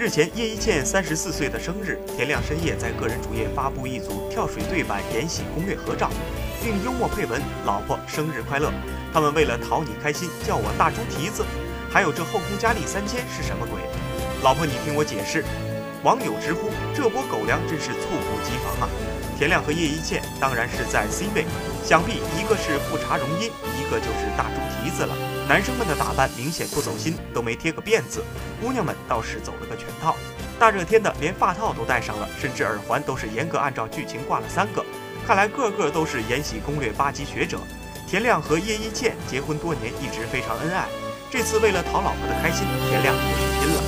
日前，叶一茜34岁的生日，田亮深夜在个人主页发布一组跳水队版《延禧攻略》合照，并幽默配文：“老婆生日快乐。”他们为了讨你开心，叫我大猪蹄子。还有这后宫佳丽3000是什么鬼？老婆，你听我解释。网友直呼这波狗粮真是猝不及防啊！田亮和叶一茜当然是在 C 位，想必一个是富察容音，一个就是大猪蹄子了。男生们的打扮明显不走心，都没贴个辫子，姑娘们倒是走了个全套。大热天的，连发套都戴上了，甚至耳环都是严格按照剧情挂了3个，看来个个都是《延禧攻略》8级学者。田亮和叶一茜结婚多年，一直非常恩爱。这次为了讨老婆的开心，田亮也是拼了。